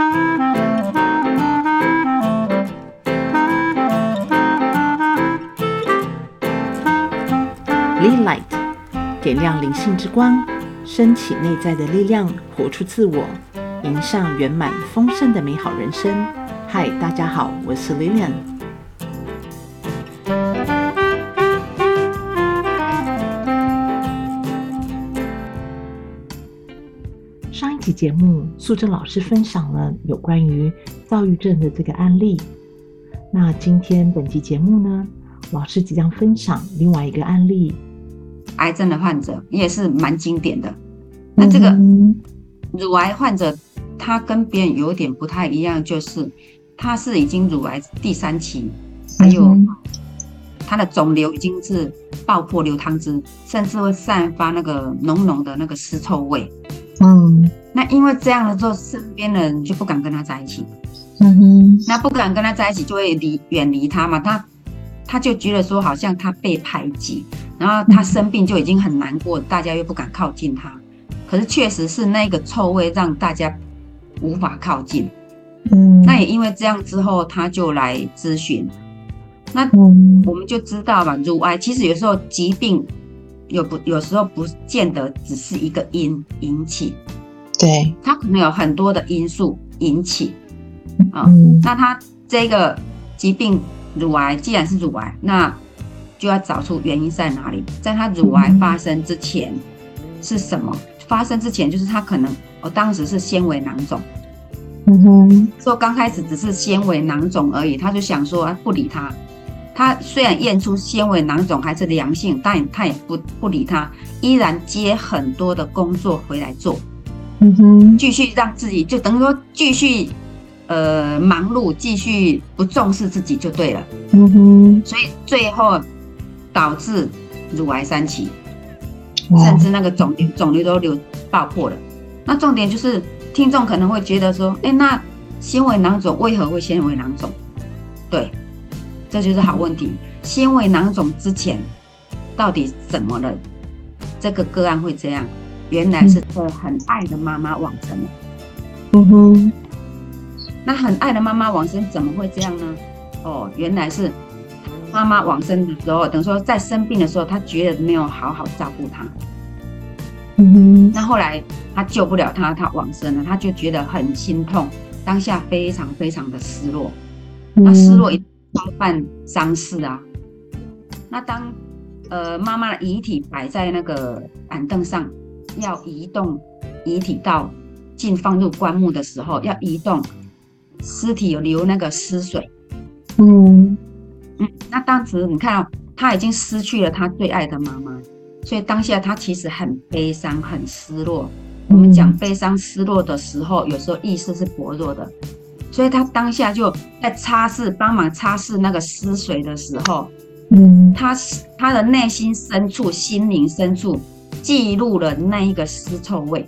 Lead Light， 点亮灵性之光，升起内在的力量，活出自我，迎向圆满丰盛的美好人生。嗨，大家好，我是 Lilian。上一集节目，素贞老师分享了有关于躁郁症的这个案例。那今天本集节目呢，老师即将分享另外一个案例。 癌症的患者也是蛮经典的。那这个乳癌患者，他跟别人有点不太一样，就是他是已经乳癌第3期，还有他的肿瘤已经是爆破流汤汁，甚至会散发那个浓浓的那个尸臭味。那因为这样的时候，身边的人就不敢跟他在一起。那不敢跟他在一起，就会远离他嘛。他就觉得说，好像他被排挤，然后他生病就已经很难过，大家又不敢靠近他。可是确实是那个臭味让大家无法靠近。那也因为这样之后，他就来咨询。那我们就知道嘛，乳癌其实有时候疾病有时候不见得只是一个因引起， 对， 它可能有很多的因素引起。那他这个疾病乳癌既然是乳癌，那就要找出原因在哪里。在他乳癌发生之前是什么？发生之前就是他可能当时是纤维囊肿。说刚开始只是纤维囊肿而已，他就想说不理他。他虽然验出纤维囊肿还是良性，但他也不理他，依然接很多的工作回来做。继续让自己就等于说继续忙碌，继续不重视自己就对了。所以最后导致乳癌3期，甚至那个肿瘤都爆破了。那重点就是听众可能会觉得说，那纤维囊肿为何会纤维囊肿？对，这就是好问题。纤维囊肿之前到底怎么了？这个个案会这样，原来是很爱的妈妈往生了。那很爱的妈妈往生怎么会这样呢？原来是妈妈往生的时候，等于说在生病的时候，她觉得没有好好照顾她。那后来她救不了她，她往生了，她就觉得很心痛，当下非常非常的失落。那失落一定包办丧事啊。那当妈妈的遗体摆在那个板凳上，要移动遗体到放入棺木的时候，要移动。尸体有流那个尸水。那当时你看他已经失去了他最爱的妈妈，所以当下他其实很悲伤很失落。我们讲悲伤失落的时候，有时候意识是薄弱的，所以他当下就在帮忙擦拭那个尸水的时候，他的内心深处心灵深处记录了那一个尸臭味。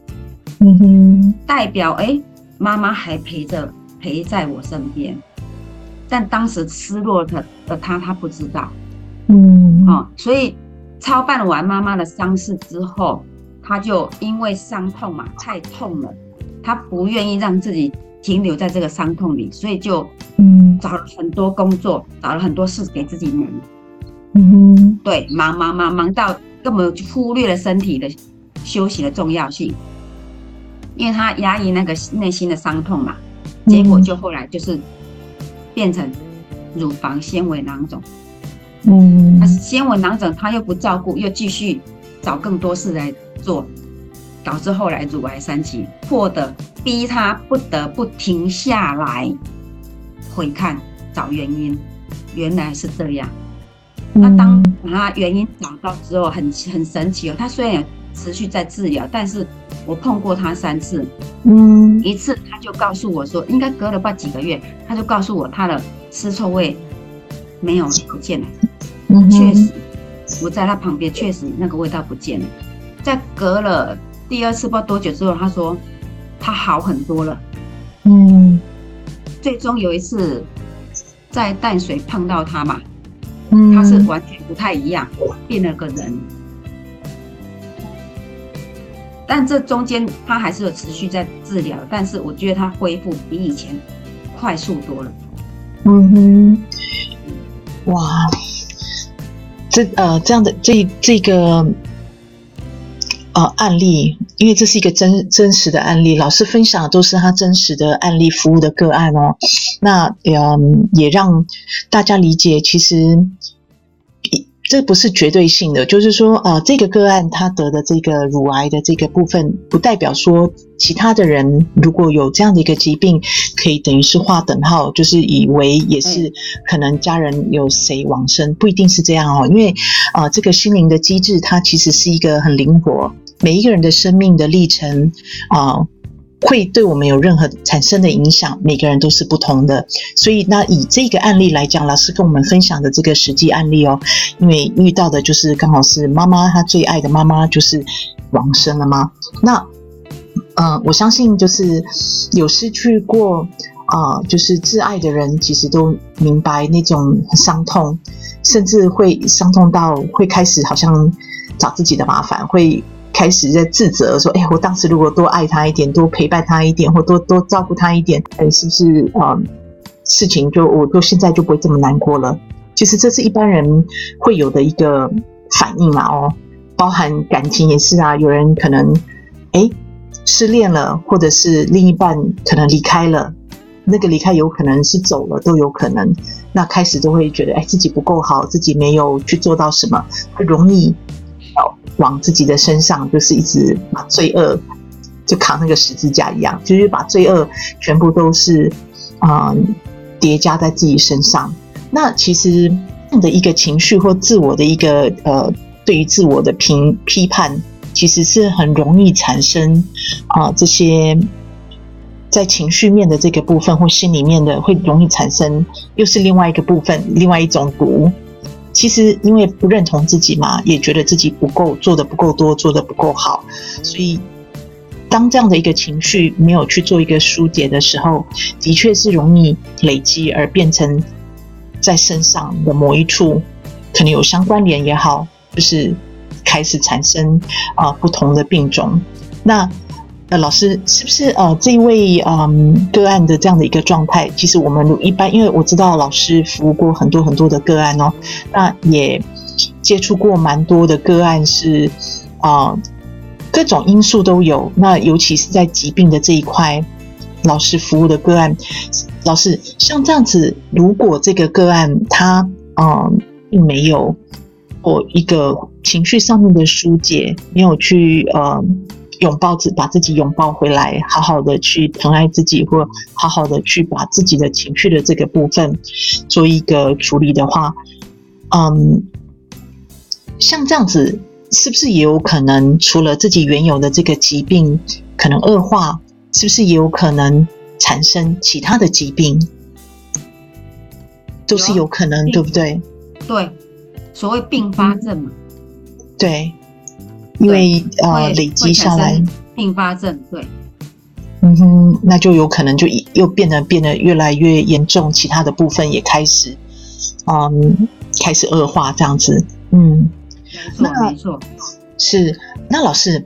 代表妈妈还陪在我身边，但当时失落的他不知道。所以操办完妈妈的丧事之后，他就因为伤痛嘛，太痛了，他不愿意让自己停留在这个伤痛里，所以就找了很多工作，找了很多事给自己忙。对，忙到根本忽略了身体的休息的重要性。因为他压抑那个内心的伤痛嘛，结果就后来就是变成乳房纤维囊肿。那纤维囊肿他又不照顾，又继续找更多事来做，导致后来乳癌3期，迫得逼他不得不停下来回看找原因，原来是这样。那当把他原因找到之后，很神奇。他虽然有持续在治疗，但是我碰过他3次。一次他就告诉我说，应该隔了不几个月，他就告诉我他的尸臭味没有不见了。确实，我在他旁边，确实那个味道不见了。在隔了第2次不知道多久之后，他说他好很多了。最终有一次在淡水碰到他嘛，他是完全不太一样，变了个人。 但这中间他还是有持续在治疗，但是我觉得他恢复比以前快速多了。 哇，这样的这个案例，因为这是一个真实的案例，老师分享的都是他真实的案例服务的个案哦。那也让大家理解，其实这不是绝对性的，就是说这个个案他得的这个乳癌的这个部分，不代表说其他的人如果有这样的一个疾病，可以等于是划等号，就是以为也是可能家人有谁往生，不一定是这样哦。因为这个心灵的机制，它其实是一个很灵活，每一个人的生命的历程会对我们有任何产生的影响，每个人都是不同的。所以那以这个案例来讲，老师跟我们分享的这个实际案例哦，因为遇到的就是刚好是妈妈，她最爱的妈妈就是往生了嘛。那我相信就是有失去过就是挚爱的人，其实都明白那种伤痛，甚至会伤痛到会开始好像找自己的麻烦，会开始在自责说，我当时如果多爱他一点，多陪伴他一点，或多照顾他一点，是不是事情我现在就不会这么难过了。其实这是一般人会有的一个反应啦包含感情也是啊，有人可能失恋了，或者是另一半可能离开了，那个离开有可能是走了，都有可能。那开始都会觉得自己不够好，自己没有去做到什么，会容易往自己的身上就是一直把罪恶就扛那个十字架一样，就是把罪恶全部都是叠加在自己身上。那其实这样的一个情绪或自我的一个对于自我的批判，其实是很容易产生这些在情绪面的这个部分或心里面的，会容易产生又是另外一个部分，另外一种毒。其实因为不认同自己嘛，也觉得自己不够，做得不够多，做得不够好，所以当这样的一个情绪没有去做一个疏解的时候，的确是容易累积而变成在身上的某一处可能有相关联也好，就是开始产生不同的病种。那老师是不是这一位个案的这样的一个状态，其实我们一般，因为我知道老师服务过很多很多的个案哦，那也接触过蛮多的个案是各种因素都有，那尤其是在疾病的这一块，老师服务的个案，老师像这样子，如果这个个案他并没有或一个情绪上面的疏解，没有去把自己拥抱回来，好好的去疼爱自己，或好好的去把自己的情绪的这个部分做一个处理的话，像这样子是不是也有可能除了自己原有的这个疾病可能恶化，是不是也有可能产生其他的疾病，都是有可能，对不对？ 对，所谓并发症嘛。 对，因为累积下来并发症，对， 那就有可能就又变得越来越严重，其他的部分也开始恶化这样子。 没错， 是。那老师，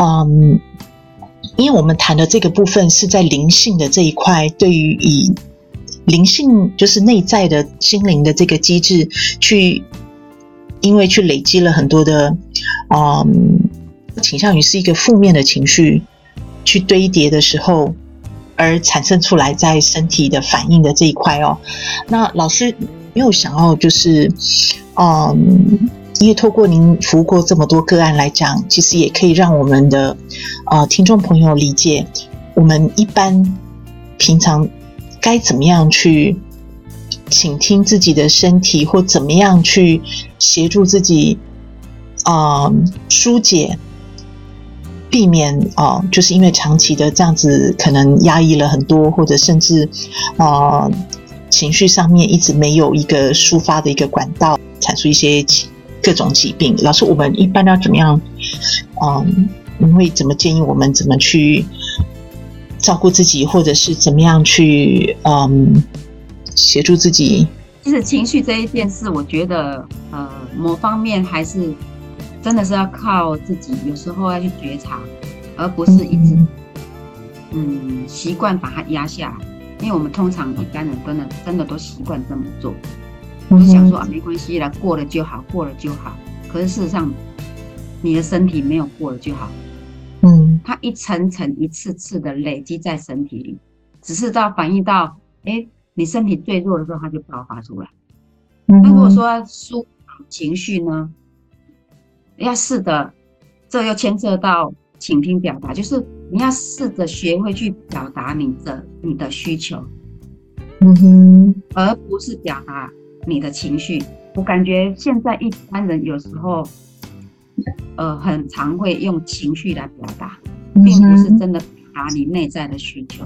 因为我们谈的这个部分是在灵性的这一块，对于以灵性就是内在的心灵的这个机制因为去累积了很多的倾向于是一个负面的情绪去堆叠的时候而产生出来在身体的反应的这一块那老师没有想要就是因为透过您服务过这么多个案来讲，其实也可以让我们的听众朋友理解，我们一般平常该怎么样去倾听自己的身体，或怎么样去协助自己疏解，避免就是因为长期的这样子可能压抑了很多，或者甚至情绪上面一直没有一个抒发的一个管道，产出一些各种疾病。老师，我们一般要怎么样你会怎么建议我们怎么去照顾自己，或者是怎么样去协助自己？ 其实情绪这一件事，我觉得某方面还是真的是要靠自己，有时候要去觉察。 而不是一直习惯把它压下来。因为我们通常一般人真的都习惯这么做，就想说没关系啦，过了就好，过了就好。可是事实上，你的身体没有过了就好，它一层层一次次的累积在身体里，只是到反映到，你身体最弱的时候，它就爆发出来。那如果说抒发情绪呢，要试着，这又牵涉到倾听表达，就是你要试着学会去表达你的需求，而不是表达你的情绪。我感觉现在一般人有时候，很常会用情绪来表达，并不是真的表达你内在的需求。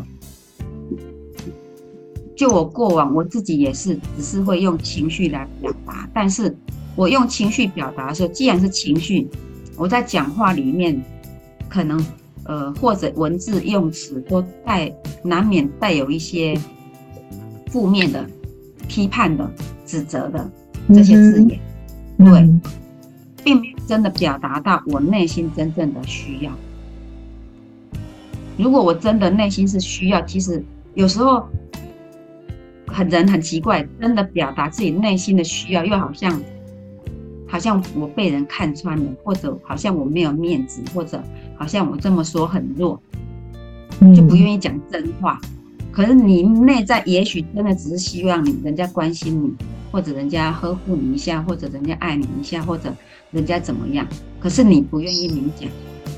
就我过往我自己也是，只是会用情绪来表达，但是我用情绪表达的时候，既然是情绪，我在讲话里面可能或者文字用词都难免带有一些负面的、批判的、指责的这些字眼，对，并没有真的表达到我内心真正的需要。如果我真的内心是需要，其实有时候人很奇怪，真的表达自己内心的需要，又好像我被人看穿了，或者好像我没有面子，或者好像我这么说很弱，就不愿意讲真话。可是你内在也许真的只是希望人家关心你，或者人家呵护你一下，或者人家爱你一下，或者人家怎么样，可是你不愿意明讲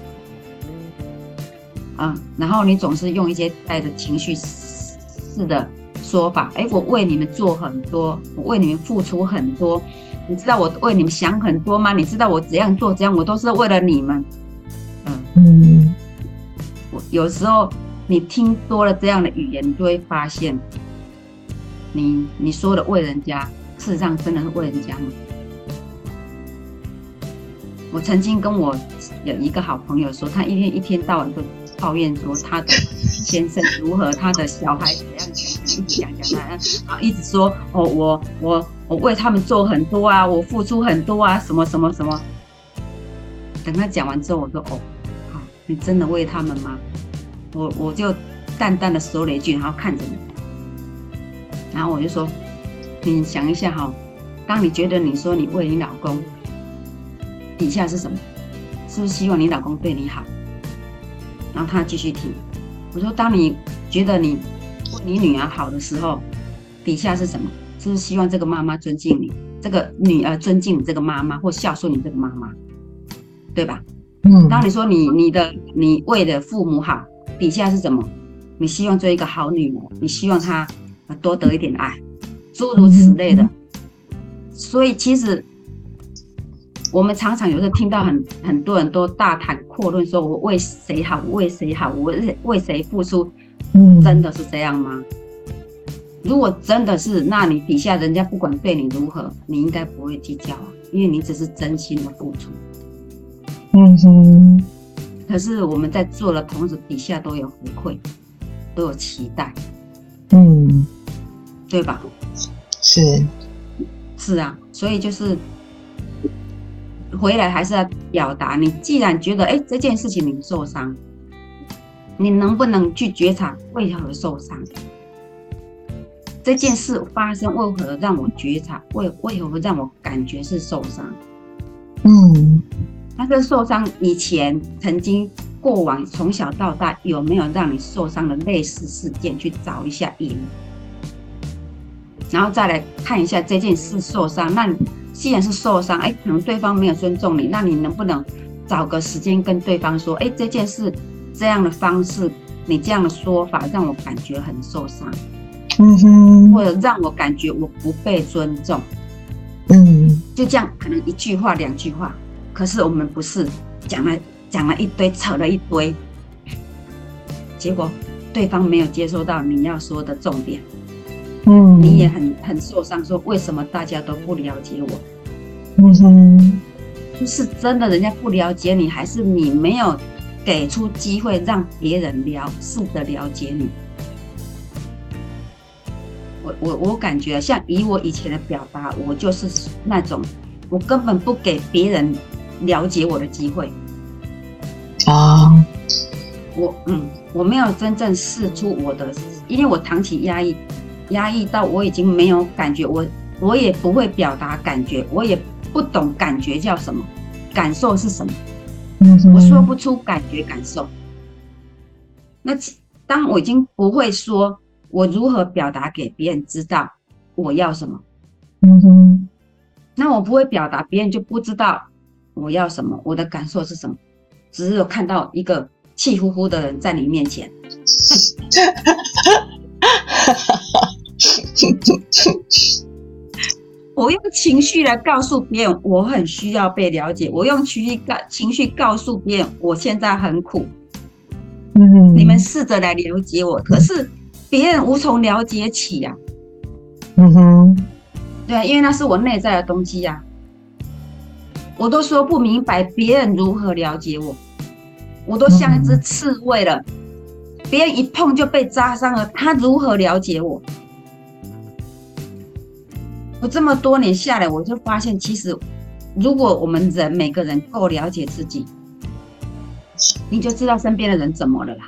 然后你总是用一些带着情绪式的说法，我为你们做很多，我为你们付出很多，你知道我为你们想很多吗？你知道我怎样做怎样，我都是为了你们。我有时候你听多了这样的语言，你就会发现你说的为人家，事实上真的是为人家吗？我曾经跟我有一个好朋友说，他一天到晚都抱怨说他的先生如何，他的小孩怎样，一直讲，然后一直说我为他们做很多啊，我付出很多啊，什么什么什么。等他讲完之后，我说好，你真的为他们吗？我就淡淡的说了一句，然后看着你，然后我就说，你想一下当你觉得你说你为你老公，底下是什么？是不是希望你老公对你好？然后他继续听，我说当你觉得你为你女儿好的时候，底下是什么？是不是希望这个妈妈尊敬你，这个女儿尊敬你这个妈妈，或孝顺你这个妈妈，对吧？当你说你为了父母好，底下是什么？你希望做一个好女儿，你希望她多得一点爱，诸如此类的。所以其实我们常常有时候听到很多人都大谈阔论，说我为谁好，我为谁好，我为谁付出，真的是这样吗？如果真的是，那你底下人家不管对你如何，你应该不会计较因为你只是真心的付出。可是我们在做的同时，底下都有回馈，都有期待，对吧？是啊，所以就是回来还是要表达。你既然觉得这件事情你受伤，你能不能去觉察为何受伤？这件事发生为何让我觉察？为何让我感觉是受伤？那这受伤以前曾经过往从小到大有没有让你受伤的类似事件，去找一下因，然后再来看一下这件事受伤。那既然是受伤，可能对方没有尊重你，那你能不能找个时间跟对方说，这件事这样的方式，你这样的说法让我感觉很受伤，或者让我感觉我不被尊重，就这样，可能一句话两句话。可是我们不是讲了一堆，扯了一堆，结果对方没有接收到你要说的重点，你也很受伤，说为什么大家都不了解我？是真的人家不了解你，还是你没有给出机会让别人试着了解你？我感觉像以我以前的表达，我就是那种我根本不给别人了解我的机会， 啊， 我没有真正释出我的，因为我长期压抑到我已经没有感觉，我也不会表达感觉，我也不懂感觉叫什么，感受是什么，我说不出感觉感受。那当我已经不会说，我如何表达给别人知道我要什么？那我不会表达，别人就不知道我要什么，我的感受是什么，只是有看到一个气呼呼的人在你面前。我用情绪来告诉别人我很需要被了解，我用情绪告诉别人我现在很苦，你们试着来了解我，可是别人无从了解起呀。对，因为那是我内在的东西呀，我都说不明白，别人如何了解我？我都像一只刺猬了，别人一碰就被扎伤了，他如何了解我？我这么多年下来，我就发现，其实如果我们每个人够了解自己，你就知道身边的人怎么了啦。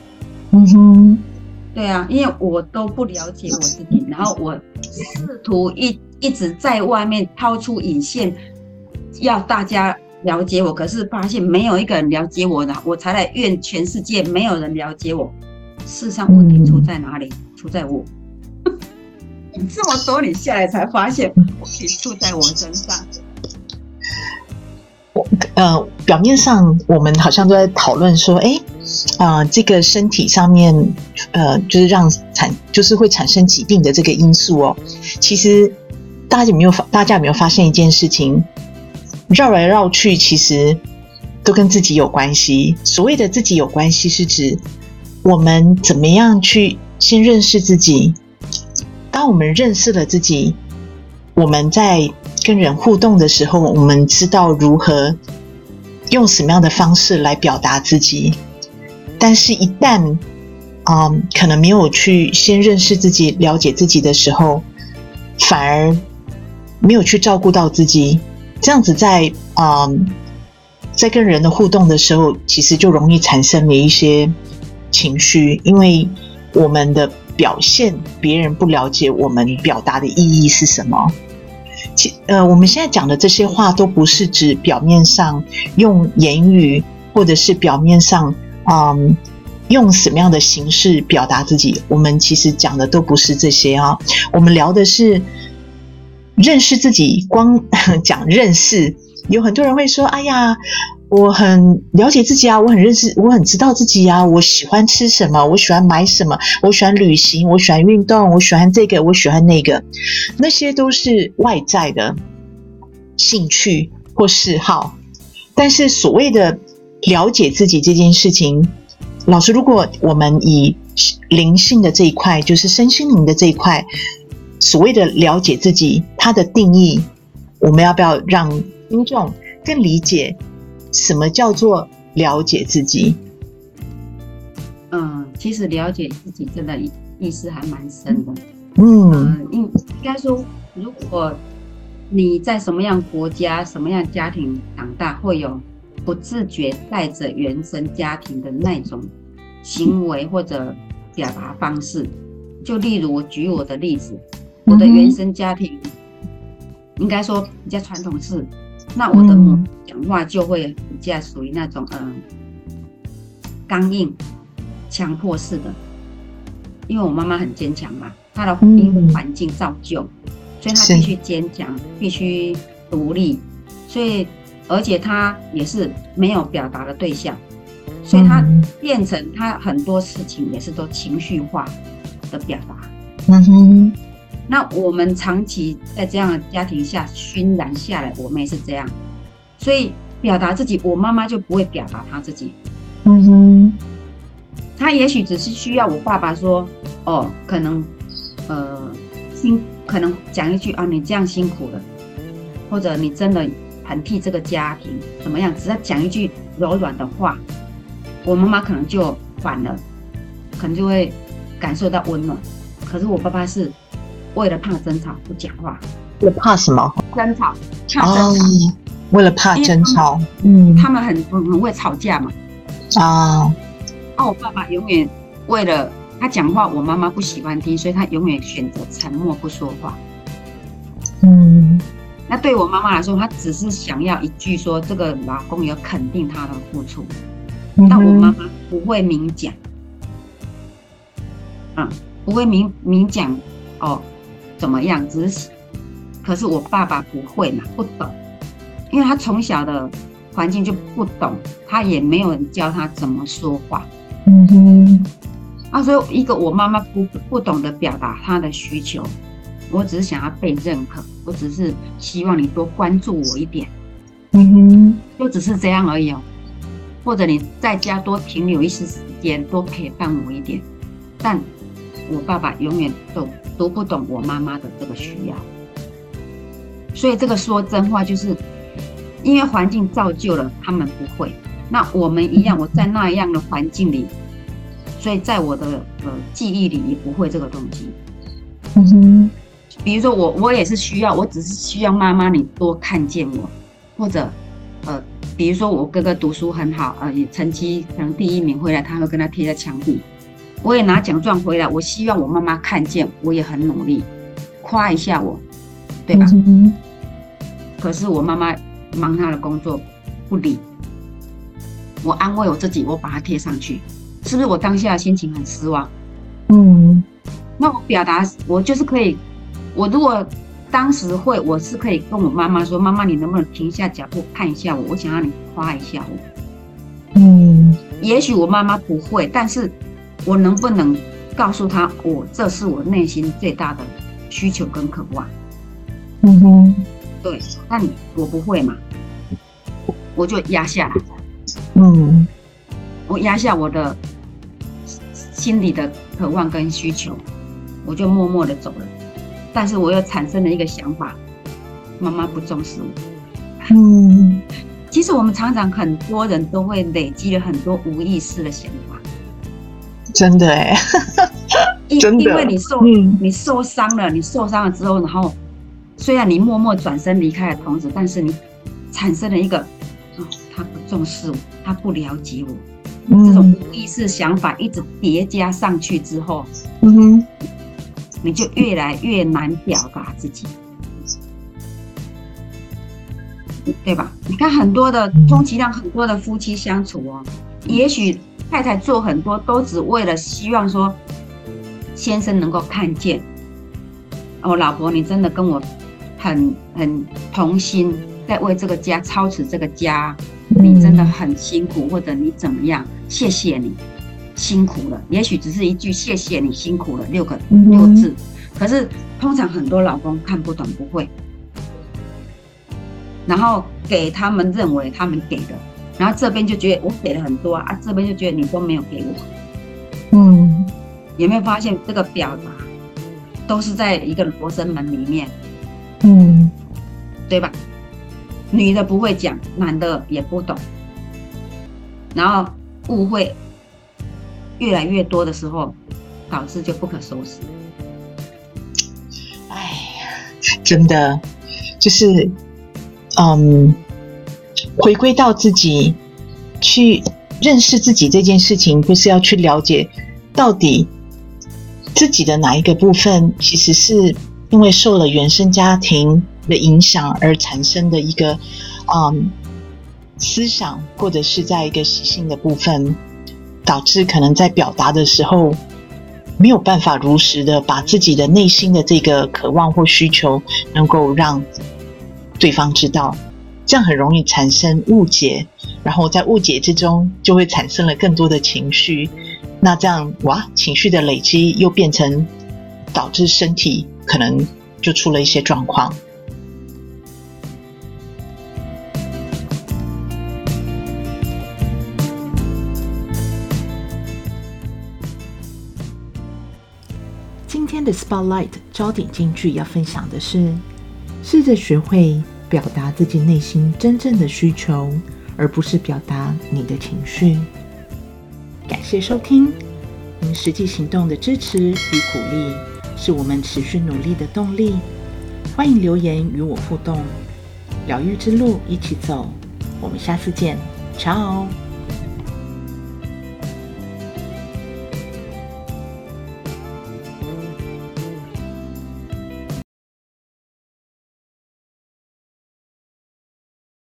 对啊，因为我都不了解我自己，然后我试图一直在外面抛出引线，要大家了解我，可是发现没有一个人了解我的，我才来怨全世界没有人了解我。事实上，问题出在哪里？出在我。这么多年下来，才发现问题出在我身上。 表面上我们好像都在讨论说，这个身体上面，就是会产生疾病的这个因素哦。其实大家有没有发现一件事情？绕来绕去，其实都跟自己有关系。所谓的自己有关系，是指我们怎么样去先认识自己。当我们认识了自己，我们在跟人互动的时候，我们知道如何用什么样的方式来表达自己。但是一旦可能没有去先认识自己、了解自己的时候，反而没有去照顾到自己，这样子在跟人的互动的时候，其实就容易产生了一些情绪，因为我们的表现，别人不了解我们表达的意义是什么。我们现在讲的这些话，都不是指表面上用言语，或者是表面上用什么样的形式表达自己。我们其实讲的都不是这些啊，我们聊的是认识自己。光讲认识，有很多人会说：“哎呀，我很了解自己啊，我很知道自己啊，我喜欢吃什么，我喜欢买什么，我喜欢旅行，我喜欢运动，我喜欢这个，我喜欢那个。”那些都是外在的兴趣或嗜好。但是所谓的了解自己这件事情，老师，如果我们以灵性的这一块，就是身心灵的这一块，所谓的了解自己，它的定义，我们要不要让听众更理解什么叫做了解自己？ 其实了解自己真的意思还蛮深的。应该说，如果你在什么样国家、什么样家庭长大，会有不自觉带着原生家庭的那种行为或者表达方式。就例如我举我的例子，我的原生家庭应该说比较传统式，那我的母讲话就会比较属于那种刚硬、强迫式的。因为我妈妈很坚强嘛，她的因为环境造就，所以她必须坚强，必须独立，所以而且她也是没有表达的对象，所以她变成她很多事情也是都情绪化的表达。那我们长期在这样的家庭下熏染下来，我们也是这样，所以表达自己，我妈妈就不会表达她自己。她也许只是需要我爸爸说，可能可能讲一句啊，你这样辛苦了，或者你真的很替这个家庭怎么样，只要讲一句柔软的话，我妈妈可能就反了，可能就会感受到温暖。可是我爸爸是为了怕争吵不讲话。 为了怕什么？ 争吵。 为了怕争吵。 他们很会吵架嘛， 啊， 我爸爸永远为了他讲话，我妈妈不喜欢听，所以他永远选择沉默不说话。那对我妈妈来说，她只是想要一句说这个老公有肯定她的付出，但我妈妈不会明讲，不会明讲怎么样，可是我爸爸不会嘛，不懂，因为他从小的环境就不懂，他也没有人教他怎么说话。所以一个我妈妈不懂得表达她的需求，我只是想要被认可，我只是希望你多关注我一点，就只是这样而已哦。或者你在家多停留一些时间，多陪伴我一点。但我爸爸永远都读不懂我妈妈的这个需要，所以这个说真话，就是因为环境造就了他们不会，那我们一样，我在那样的环境里，所以在我的记忆里也不会这个东西。比如说我也是需要，我只是需要妈妈你多看见我，或者比如说我哥哥读书很好，成绩可能第1名回来，他会跟他贴在墙壁。我也拿奖状回来，我希望我妈妈看见我也很努力，夸一下我，对吧？可是我妈妈忙她的工作不理我，安慰我自己，我把它贴上去，是不是我当下的心情很失望？那我表达，我就是可以，我如果当时会，我是可以跟我妈妈说，妈妈你能不能停下脚步看一下我，我想让你夸一下我。也许我妈妈不会，但是我能不能告诉她，这是我内心最大的需求跟渴望。对，但我不会嘛，我就压下来。我压下我的心里的渴望跟需求，我就默默的走了。但是我又产生了一个想法，妈妈不重视我。其实我们常常很多人都会累积了很多无意识的想法。 真的耶真的， 因为你受伤了，之后，然后虽然你默默转身离开的同时，但是你产生了一个他不重视我，他不了解我，这种无意识想法一直叠加上去之后，你就越来越难表达自己，对吧？你看充其量很多的夫妻相处也许太太做很多都只为了希望说先生能够看见老婆你真的跟我很同心，在为这个家操持这个家，你真的很辛苦，或者你怎么样，谢谢你辛苦了，也许只是一句谢谢你辛苦了6字，可是通常很多老公看不懂，不会，然后给他们认为他们给的，然后这边就觉得我给了很多这边就觉得你都没有给我。有没有发现这个表达都是在一个罗生门里面？对吧？女的不会讲，男的也不懂，然后误会越来越多的时候，导致就不可收拾。 真的就是回归到自己，去认识自己这件事情，不是要去了解到底自己的哪一个部分其实是因为受了原生家庭的影响而产生的一个思想，或者是在一个习性的部分，导致可能在表达的时候没有办法如实的把自己的内心的这个渴望或需求能够让对方知道，这样很容易产生误解，然后在误解之中就会产生了更多的情绪，那这样情绪的累积又变成导致身体可能就出了一些状况。今天的 Spotlight 焦点金句要分享的是，试着学会表达自己内心真正的需求，而不是表达你的情绪。感谢收听，您实际行动的支持与鼓励是我们持续努力的动力。欢迎留言与我互动，疗愈之路一起走。我们下次见，Ciao。